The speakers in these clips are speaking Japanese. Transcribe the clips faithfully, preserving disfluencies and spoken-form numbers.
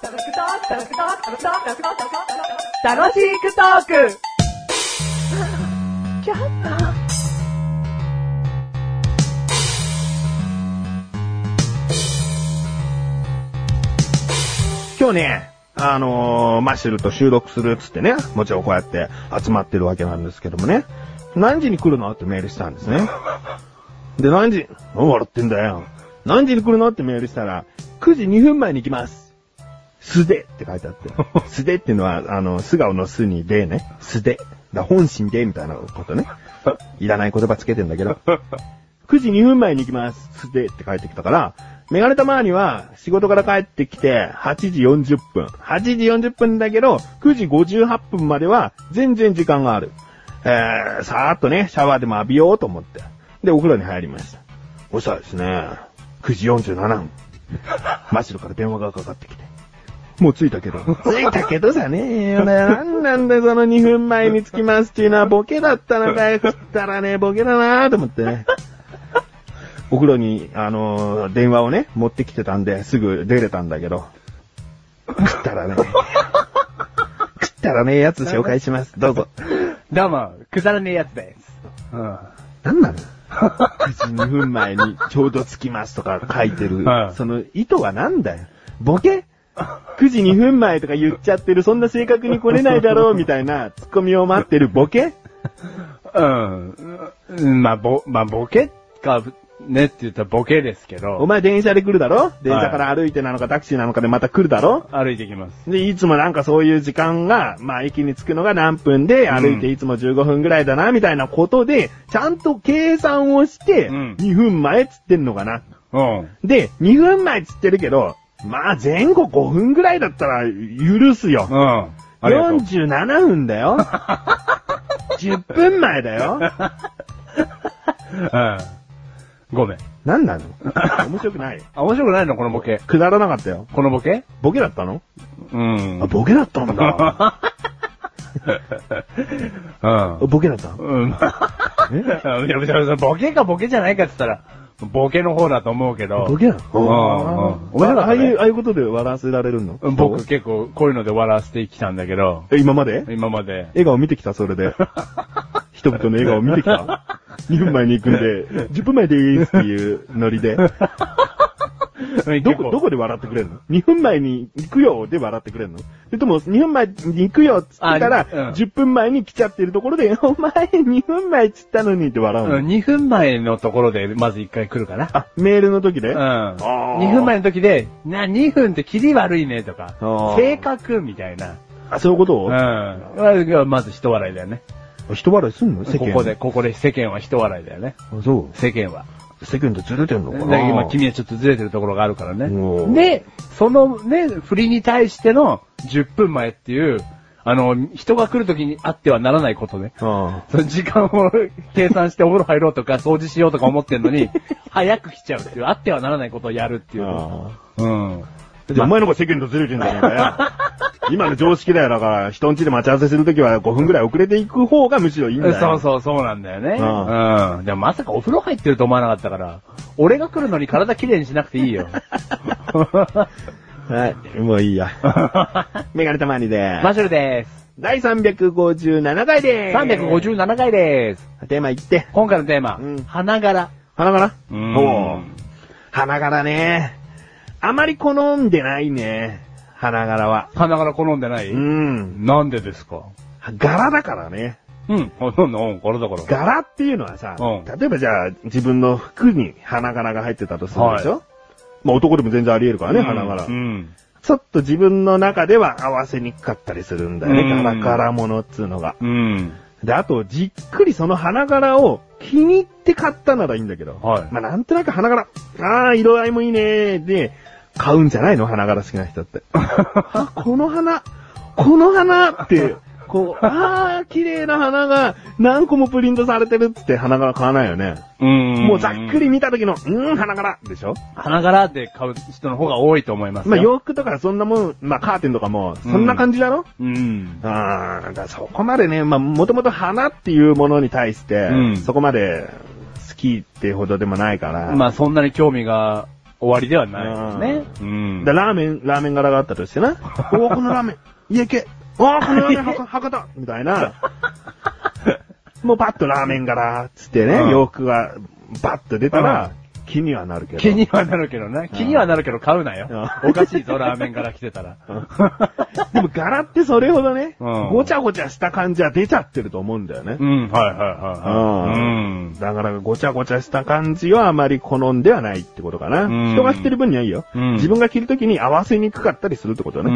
楽しくトーク今日ね、あのー、マッシュルと収録するっつってね、もちろんこうやって集まってるわけなんですけどもね、何時に来るのってメールしたんですね。で、何時、笑ってんだよ。何時に来るのってメールしたら、くじにふんまえに行きます。素手って書いてあって。素手っていうのは、あの、素顔の素にでね、素手。だ本心でみたいなことね。いらない言葉つけてんだけど。くじにふんまえに行きます。素手って書いてきたから、メガネたまーには仕事から帰ってきてはちじよんじゅっぷん。はちじよんじゅっぷんだけど、くじごじゅうはっぷんまでは全然時間がある。えー、さーっとね、シャワーでも浴びようと思って。で、お風呂に入りました。そしたらですね、くじよんじゅうななふん。マシロから電話がかかってきて。もう着いたけど。着いたけどじゃねえよね。なんなんだよ、そのにふんまえに着きますっていうのはボケだったのかよ。食ったらね、ボケだなーと思ってね。お風呂に、あのー、電話をね、持ってきてたんで、すぐ出れたんだけど。食ったらね。食ったらねえやつ紹介します。どうぞ。 どうも、くだらねえやつです。うん。 なんなのくじにふんまえにちょうど着きますとか書いてる。 はい、 その意図はなんだよ。ボケくじにふんまえとか言っちゃってる、そんな正確に来れないだろうみたいなツッコミを待ってるボケうん。まあ、ぼ、まあ、ボケか、ねって言ったらボケですけど。 お前電車で来るだろ電車から歩いてなのかタクシーなのかでまた来るだろ歩いてきます。 で、いつもなんかそういう時間が、まあ駅に着くのが何分で、歩いていつもじゅうごふんぐらいだな、みたいなことで、ちゃんと計算をして、にふんまえつってんのかな。 うん。 で、にふんまえつってるけど、まあ前後ごふんぐらいだったら許すよ。 うん。 よんじゅうななふんだよ。じゅっぷんまえだよ。 うん。ごめん。 なんなの面白くない。 あ、面白くないのこのボケ。 くだらなかったよ。 このボケボケだったのうん。 あ、ボケだったんだ。 うん。 ボケだったのうん。えいや、別にボケかボケじゃないかって言ったら、ボケの方だと思うけど。 ボケなのうん。 お前ら、ああいう、ああいうことで笑わせられるの僕結構こういうので笑わせてきたんだけど。 え、今まで今まで。 笑顔見てきたそれで。人々の笑顔見てきた ?に 分前に行くんで、じゅっぷんまえでーすっていうノリで。どこ、どこで笑ってくれるの ?に 分前に行くよで笑ってくれるのそれともにふんまえに行くよっつってから、うん、じゅっぷんまえに来ちゃってるところで、お前にふんまえっつったのにって笑うの、 うん、にふんまえのところでまずいっかい来るかな。 あ、メールの時でうん。にふんまえの時で、な、にふんってキリ悪いねとか、正確みたいな。 あ、そういうことうん。まず一笑いだよね。 人笑いすんの世間。 ここで、ここで世間は人笑いだよね。 あ、そう。 世間は。 世間とずれてんのかな。 だ今君はちょっとずれてるところがあるからね。で、そのね、振りに対してのじゅっぷんまえっていう、あの、人が来るときにあってはならないことね。ああその時間を計算してお風呂入ろうとか掃除しようとか思ってんのに、早く来ちゃうっていう、あってはならないことをやるっていう。あうん。 お前の方が世間とずれてんじゃねえかよ。今の常識だよ。だから、人ん家で待ち合わせするときはごふんぐらい遅れていく方がむしろいいんだよ。 そうそうそうなんだよね。うん。でもまさかお風呂入ってると思わなかったから、俺が来るのに体きれいにしなくていいよ。 はい、もういいや。メガネたまにでーす。 マシュルでーす。 だいさんびゃくごじゅうななかいでーす。 さんびゃくごじゅうななかいでーす。 テーマ言って。 今回のテーマ、うん、花柄。 花柄うん。 花柄ね。あまり好んでないね。花柄は。 花柄好んでない？ うん。 なんでですか？ 柄だからね。 うん。あ、なんだ、うん、柄だから。 柄っていうのはさ、 うん、 例えばじゃあ自分の服に花柄が入ってたとするでしょ、はい、まあ男でも全然あり得るからね、うん、花柄。うん。ちょっと自分の中では合わせにくかったりするんだよね、うん、柄柄物っつうのが。うん。で、あと、じっくりその花柄を気に入って買ったならいいんだけど、はい、まあなんとなく花柄、ああ、色合いもいいねーで、買うんじゃないの花柄好きな人って。あ、この花、この花って、こう、あー、綺麗な花が何個もプリントされてるっつって花柄買わないよね。うん。もうざっくり見た時の、うーん、花柄でしょ？ 花柄で買う人の方が多いと思いますよ。 まあ洋服とかそんなもん、まあカーテンとかも、そんな感じだろ？うん。うん、あー、だそこまでね、まあもともと花っていうものに対して、うん、そこまで好きってほどでもないから。 まあそんなに興味が終わりではないよね。うん。 で、ラーメン、ラーメン柄があったとしてな。おお、このラーメン、家系。おお、このラーメン博、博多みたいな。もうパッとラーメン柄、つってね、うん、洋服がバッと出たら、うん、気にはなるけど。 気にはなるけどね。気にはなるけど買うなよ。おかしいぞ、ラーメン柄着てたら。 でも柄ってそれほどね、うん、ごちゃごちゃした感じは出ちゃってると思うんだよね。 うん、はいはいはい、はい。 うん。だからごちゃごちゃした感じはあまり好んではないってことかな。うん、人が着てる分にはいいよ。うん、自分が着るときに合わせにくかったりするってことね。うん。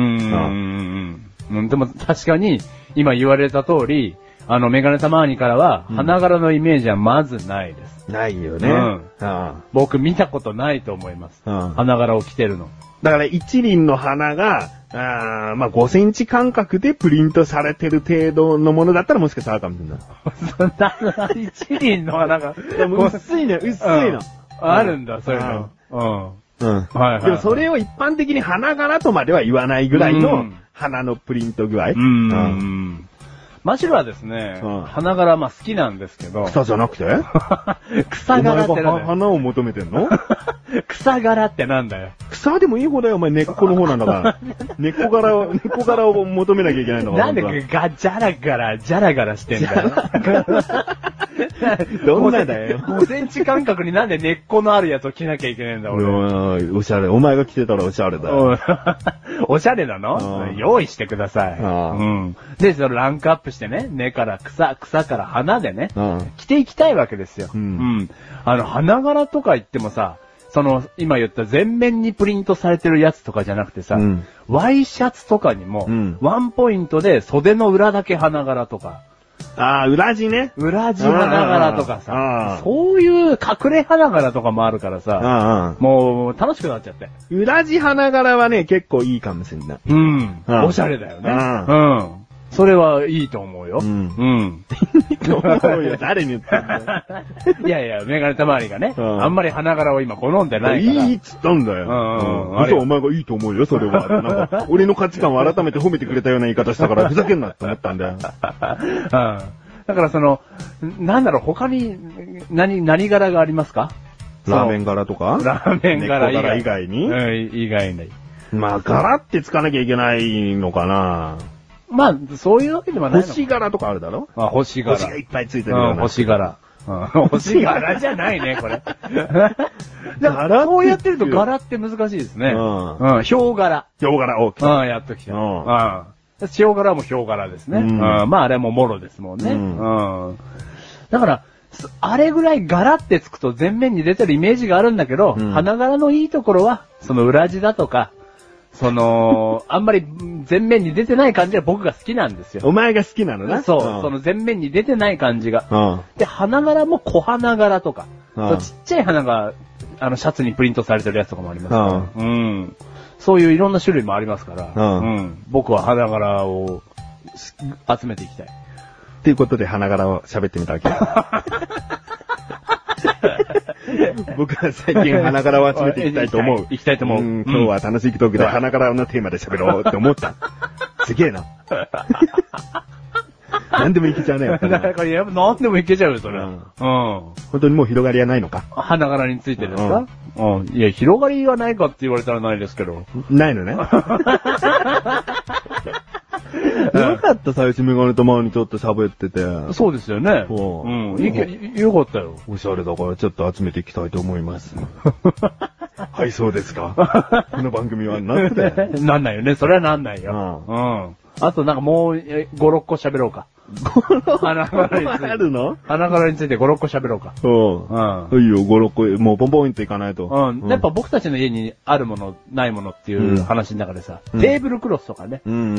うん、でも確かに、今言われた通り、あの、メガネたまわりからは、花柄のイメージはまずないです。 うん、ないよね、うんああ。僕見たことないと思います。うん、花柄を着てるの。 だから一輪の花が、あまあごセンチ間隔でプリントされてる程度のものだったらもしかしたらあるかもしれない。 そんな、一輪の花が。 薄いね、薄いの。うん、 あるんだ、そういうの。うん。 うん。はいはい、はい。でもそれを一般的に花柄とまでは言わないぐらいの花のプリント具合。うん。うんうんマシュルはですね、うん、花柄まあ好きなんですけど。 草じゃなくて草柄ってなんだよ。 花を求めてんの草柄ってなんだよ。 草でもいい方だよ、お前根っこの方なんだから。根っこ柄を、根っこ柄を求めなきゃいけないのかなんでガ、じゃらがら、じゃらがらしてんだよ。 どんなだよ。 ごセンチ間隔になんで根っこのあるやつを着なきゃいけないんだ、俺。 おしゃれ。お前が着てたらおしゃれだよ。 おしゃれなの用意してください。うん。で、そのランクアップしてね、根から草、草から花でね、着ていきたいわけですよ。うん。うん、あの、花柄とか言ってもさ、その、今言った全面にプリントされてるやつとかじゃなくてさ、うん、ワイシャツとかにも、うん、ワンポイントで袖の裏だけ花柄とか。 ああ、裏地ね。 裏地花柄とかさ、そういう隠れ花柄とかもあるからさ、もう楽しくなっちゃって。 裏地花柄はね、結構いいかもしれない。 うん。おしゃれだよね。うん。それはいいと思うよ。うん。うん。 いいと思うよ。誰に言ったんだよ。 いやいや、メガネたまわりがね、うん、あんまり花柄を今好んでないから。 いいっつったんだよ。うんうん。嘘、お前がいいと思うよ、それは。なんか、俺の価値観を改めて褒めてくれたような言い方したから、ふざけんなって思ったんだよ。うん。 だからその、なんだろう、他に、何、何柄がありますか？ ラーメン柄とか？ ラーメン柄以外。 以外に？ うん、以外に。 まあ、柄ってつかなきゃいけないのかな。 まあ、そういうわけではないの。 星柄とかあるだろ？ あ、星柄。 星がいっぱいついてるような。 うん、星柄。うん、星柄じゃないね、これ。柄こうやってると柄って難しいですね。うん。うん、ヒョウ柄。 ヒョウ柄、オーケー。 うん、やっときた。うん。うん。ヒョウ柄もヒョウ柄ですね。うん。うん、まあ、あれもモロですもんね。うん。うん、だから、あれぐらい柄ってつくと前面に出てるイメージがあるんだけど、うん、花柄のいいところは、その裏地だとか、その、あんまり前面に出てない感じが僕が好きなんですよ。 お前が好きなのね。 そう、うん、その前面に出てない感じが。うん、で、花柄も小花柄とか、うん、ちっちゃい花が、あの、シャツにプリントされてるやつとかもありますから、うん、うん。そういういろんな種類もありますから、うんうん、僕は花柄を集めていきたい。 っていうことで花柄を喋ってみたわけ。僕は最近花柄を集めていきたいと思う。 いきたいと思う。 今日は楽しいトークで花柄のテーマで喋ろうって思った。すげえな。何でもいけちゃうね。やっぱり何でもいけちゃうよ、それ。うん。 本当にもう広がりはないのか？ 花柄についてですか？うん。いや、広がりはないかって言われたらないですけど。 ないのね。よかった、最初メガネと前にちょっと喋ってて。 そうですよね。うん。いけ、よかったよ。 おしゃれだからちょっと集めていきたいと思います。はい、そうですか。この番組はなんて。 なんないよね。それはなんないよ。うん。うん。あとなんかもうご、ろっこ喋ろうか。花柄について。 あるの？ 花柄についてご、ろっこ喋ろうか。 うん。いいよ、ご、ろっこ、もうポンポンといかないと。 うん。やっぱ僕たちの家にあるもの、ないものっていう話の中でさ、テーブルクロスとかね。うん。うん。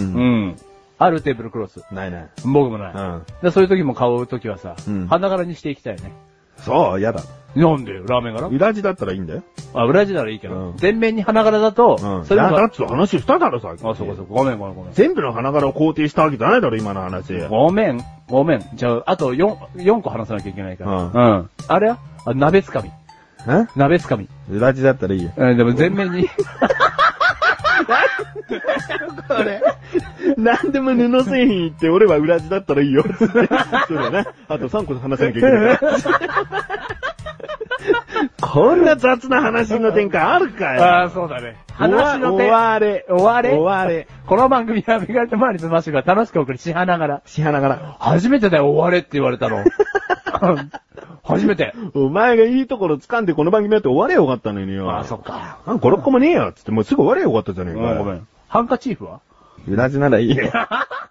あるテーブルクロス。 ないね。 僕もない。うん。でそういう時も買う時はさ、花柄にしていきたいね。 そう、やだ。 なんでよ、ラーメン柄？ 裏地だったらいいんだよ。 あ、裏地ならいいけど、全面に花柄だと、 それは。だって話しただろ、さっき。 あ、そうかそうか。ごめんごめんごめん。 全部の花柄を肯定したわけじゃないだろ、今の話。 ごめん、ごめん。じゃあ、あとよん、よんこ話さなきゃいけないから。うん。うん。あれやあ、鍋つかみ。 え鍋つかみ。 裏地だったらいいよ。 うん、でも全面に。 これ。なんでも布製品って俺は裏地だったらいいよ。そうだね。あとさんこ話さなきゃいけないから。 こんな雑な話の展開あるかよ。 ああ、そうだね。話の終われ。 終われ終われ。 この番組はメガネとマリスマッシュが楽しく送り、しはながら。 しはながら。 初めてだよ、終われって言われたの。初めて。 お前がいいところ掴んでこの番組やって終われよかったのによ。 ああ、そっか。 なんかご、ろっこもねえよ。つってもうすぐ終われよかったじゃねえか。 ごめんごめん。ハンカチーフは裏地ならいいよ。